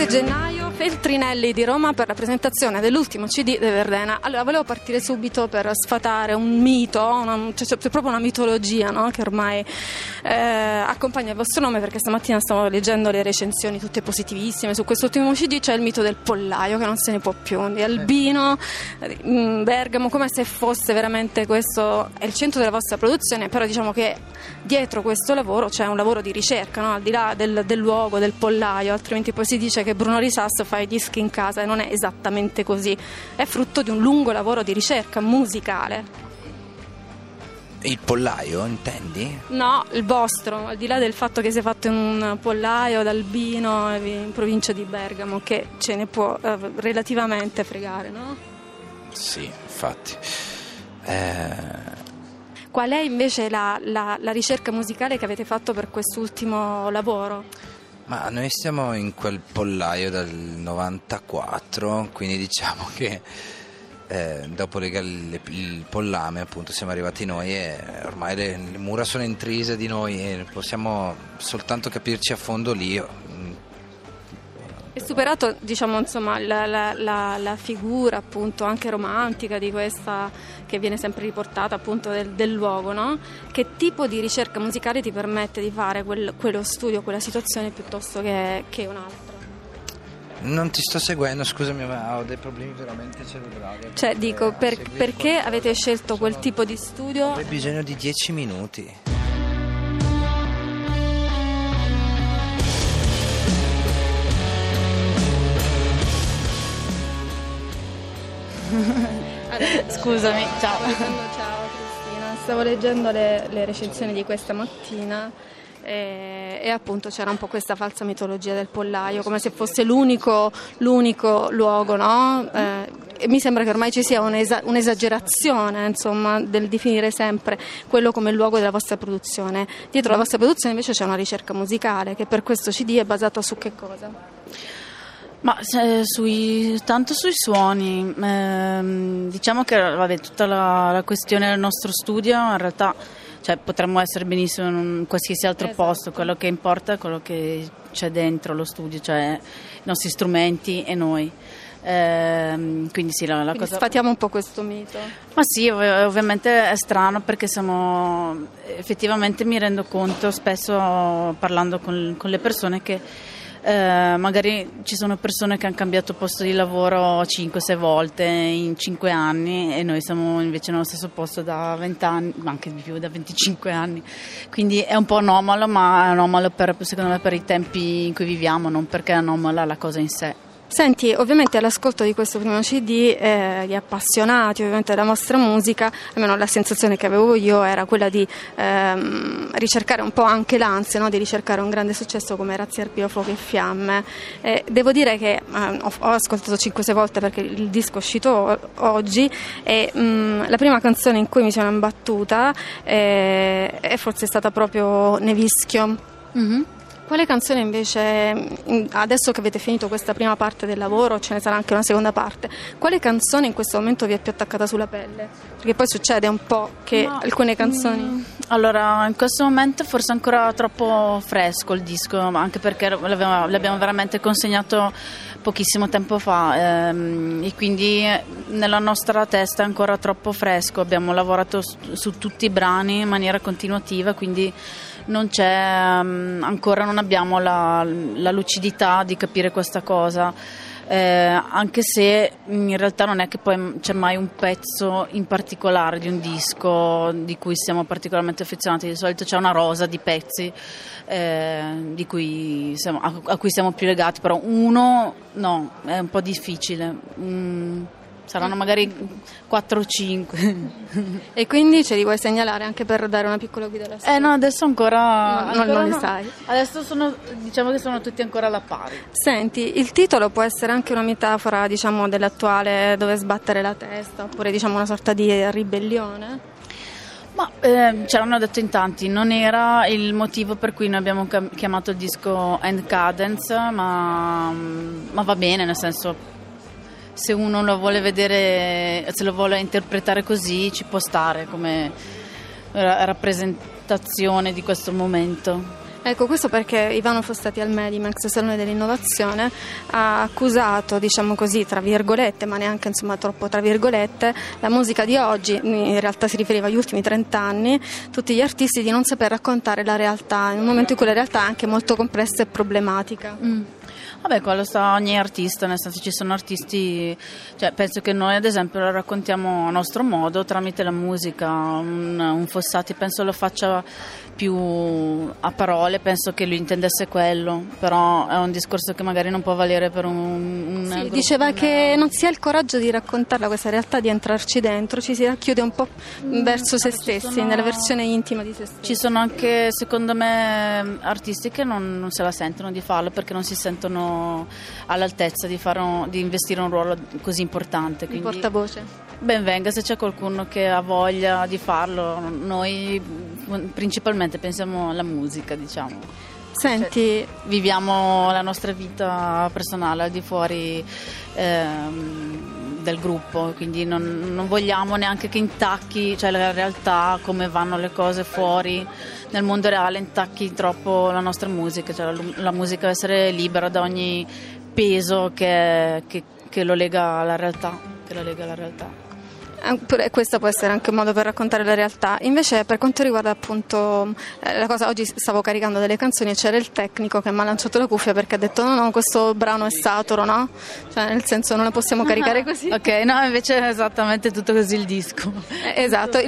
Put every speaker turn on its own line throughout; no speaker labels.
gennaio, Feltrinelli di Roma per la presentazione dell'ultimo CD di Verdena. Allora, volevo partire subito per sfatare un mito, c'è proprio una mitologia, no? Che ormai accompagna il vostro nome, perché stamattina stavo leggendo le recensioni tutte positivissime su quest'ultimo CD. C'è il mito del pollaio che non se ne può più, di Albino, Bergamo, come se fosse veramente questo è il centro della vostra produzione, però diciamo che dietro questo lavoro c'è un lavoro di ricerca, no? Al di là del luogo, del pollaio, altrimenti poi si dice che Bruno Risas fa i dischi in casa, e non è esattamente così, è frutto di un lungo lavoro di ricerca musicale.
Il pollaio, intendi?
No, il vostro, al di là del fatto che sia fatto in un pollaio d'Albino in provincia di Bergamo, che ce ne può relativamente fregare, no?
Sì, infatti.
Qual è invece la ricerca musicale che avete fatto per quest'ultimo lavoro?
Ma noi stiamo in quel pollaio dal 94, quindi diciamo che dopo il pollame appunto siamo arrivati noi, e ormai le mura sono intrise di noi e possiamo soltanto capirci a fondo lì.
È superato, diciamo, insomma, la figura appunto anche romantica di questa, che viene sempre riportata appunto del luogo, no? Che tipo di ricerca musicale ti permette di fare quello studio, quella situazione, piuttosto che un'altra?
Non ti sto seguendo, scusami, ma ho dei problemi veramente cerebrali.
Cioè dico, perché avete scelto quel tipo di studio?
Ho bisogno di 10 minuti.
Scusami, ciao.
Ciao Cristina, stavo leggendo le recensioni di questa mattina e appunto c'era un po' questa falsa mitologia del pollaio, come se fosse l'unico luogo, no? E mi sembra che ormai ci sia un'esagerazione, insomma, del definire sempre quello come il luogo della vostra produzione. Dietro la vostra produzione invece c'è una ricerca musicale che per questo CD è basata su che cosa?
Ma tanto sui suoni, diciamo che vabbè, tutta la questione del nostro studio in realtà, cioè, potremmo essere benissimo in qualsiasi altro posto, quello che importa è quello che c'è dentro lo studio, cioè i nostri strumenti e noi. Quindi sì,
quindi
cosa...
sfatiamo un po' questo mito.
Ma sì, ovviamente è strano, perché effettivamente mi rendo conto spesso parlando con le persone che magari ci sono persone che hanno cambiato posto di lavoro 5-6 volte in 5 anni, e noi siamo invece nello stesso posto da 20 anni, ma anche di più, da 25 anni. Quindi è un po' anomalo, ma è anomalo secondo me per i tempi in cui viviamo, non perché è anomala la cosa in sé.
Senti, ovviamente all'ascolto di questo primo CD, gli appassionati ovviamente della vostra musica, almeno la sensazione che avevo io era quella di ricercare un po' anche l'ansia, no? Di ricercare un grande successo come Razzi Arpio, Fuoco e Fiamme. Devo dire che ho ascoltato 5-6 volte, perché il disco è uscito oggi, e la prima canzone in cui mi sono imbattuta è forse stata proprio Nevischio. Mm-hmm. Quale canzone invece, adesso che avete finito questa prima parte del lavoro, ce ne sarà anche una seconda parte, quale canzone in questo momento vi è più attaccata sulla pelle? Perché poi succede un po' che alcune canzoni...
Allora, in questo momento forse è ancora troppo fresco il disco, anche perché l'abbiamo veramente consegnato pochissimo tempo fa, e quindi nella nostra testa è ancora troppo fresco. Abbiamo lavorato su tutti i brani in maniera continuativa, quindi ancora non abbiamo la lucidità di capire questa cosa, anche se in realtà non è che poi c'è mai un pezzo in particolare di un disco di cui siamo particolarmente affezionati. Di solito c'è una rosa di pezzi a cui siamo più legati, però uno no, è un po' difficile. Saranno magari 4 o 5.
E quindi ce li vuoi segnalare anche per dare una piccola guida alla
no, adesso ancora
non li sai.
Adesso diciamo che sono tutti ancora alla pari.
Senti, il titolo può essere anche una metafora, diciamo, dell'attuale dove sbattere la testa, oppure diciamo una sorta di ribellione?
Ma ce l'hanno detto in tanti, non era il motivo per cui noi abbiamo chiamato il disco End Cadence, ma va bene, nel senso, se uno lo vuole vedere, se lo vuole interpretare così, ci può stare come rappresentazione di questo momento.
Ecco, questo perché Ivano Fossati al Medimax, Salone dell'Innovazione, ha accusato, diciamo così, tra virgolette, ma neanche insomma troppo tra virgolette, la musica di oggi, in realtà si riferiva agli ultimi 30 anni, tutti gli artisti di non saper raccontare la realtà, in un momento in cui la realtà è anche molto complessa e problematica.
Vabbè, quello sta ogni artista, nel senso ci sono artisti, cioè penso che noi ad esempio la raccontiamo a nostro modo tramite la musica, un Fossati penso lo faccia più a parole, penso che lui intendesse quello, però è un discorso che magari non può valere per un
Sì,
gruppo,
diceva che non si ha il coraggio di raccontarla questa realtà, di entrarci dentro, ci si racchiude un po' verso se stessi, nella versione intima di se stessi.
Ci sono anche, secondo me, artisti che non se la sentono di farlo perché non si sentono all'altezza di investire un ruolo così importante.
Il
Quindi
portavoce.
ben venga se c'è qualcuno che ha voglia di farlo. Noi principalmente pensiamo alla musica, diciamo.
Senti,
Viviamo la nostra vita personale al di fuori del gruppo, quindi non vogliamo neanche che intacchi, cioè la realtà, come vanno le cose fuori nel mondo reale, intacchi troppo la nostra musica, cioè la musica deve essere libera da ogni peso che lo lega alla realtà,
questo può essere anche un modo per raccontare la realtà. Invece per quanto riguarda appunto la cosa, oggi stavo caricando delle canzoni e c'era il tecnico che mi ha lanciato la cuffia perché ha detto no, questo brano è saturo, no? Cioè nel senso non la possiamo caricare così.
Ok, no, invece è esattamente tutto così il disco.
Esatto,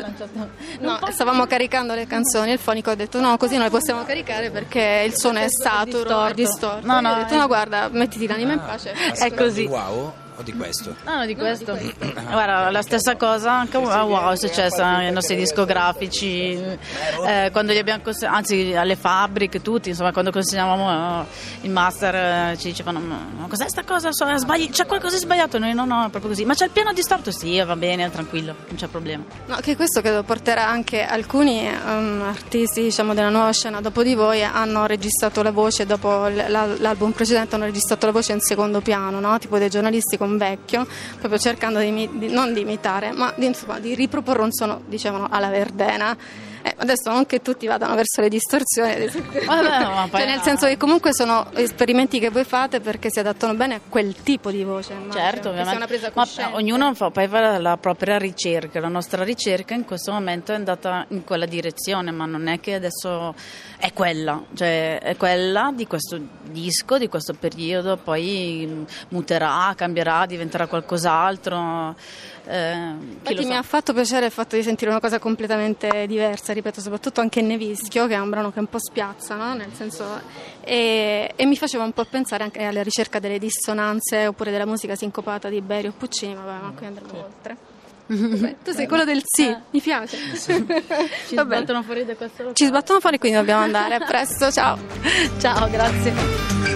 stavamo caricando le canzoni e il fonico ha detto no, così non le possiamo caricare perché il suono è saturo, è distorto.
No,
ho detto no, guarda, mettiti l'anima in pace.
È così.
Wow. O di questo?
No, di questo. Guarda, la stessa cosa anche a Wow è successa ai nostri discografici, quando li abbiamo anzi alle fabbriche, tutti, insomma, quando consegnavamo il master ci dicevano ma cos'è sta cosa? C'è qualcosa di sbagliato? Noi no, è proprio così. Ma c'è il piano distorto? Sì, va bene, tranquillo, non c'è problema.
No, che questo credo porterà anche alcuni artisti, diciamo, della nuova scena dopo di voi hanno registrato la voce dopo l'album precedente, hanno registrato la voce in secondo piano, no? Tipo dei giornalisti con Vecchio, proprio cercando non di imitare, ma di riproporre un suono, dicevano, alla Verdena. Adesso non che tutti vadano verso le distorsioni, cioè, nel senso che comunque sono esperimenti che voi fate perché si adattano bene a quel tipo di voce.
Certo, ovviamente. Ma ognuno fa la propria ricerca. La nostra ricerca in questo momento è andata in quella direzione, ma non è che adesso è quella, cioè è quella di questo disco, di questo periodo, poi muterà, cambierà, diventerà qualcos'altro.
Infatti mi ha fatto piacere il fatto di sentire una cosa completamente diversa, ripeto, soprattutto anche Nevischio, che è un brano che un po' spiazza, no? Nel senso, e mi faceva un po' pensare anche alla ricerca delle dissonanze oppure della musica sincopata di Berio Puccini, ma qui andremo oltre. Vabbè, tu sei quello del sì, mi piace.
Ci sbattono fuori da questo locale.
Ci sbattono fuori, quindi dobbiamo andare. A presto, ciao.
Ciao, grazie.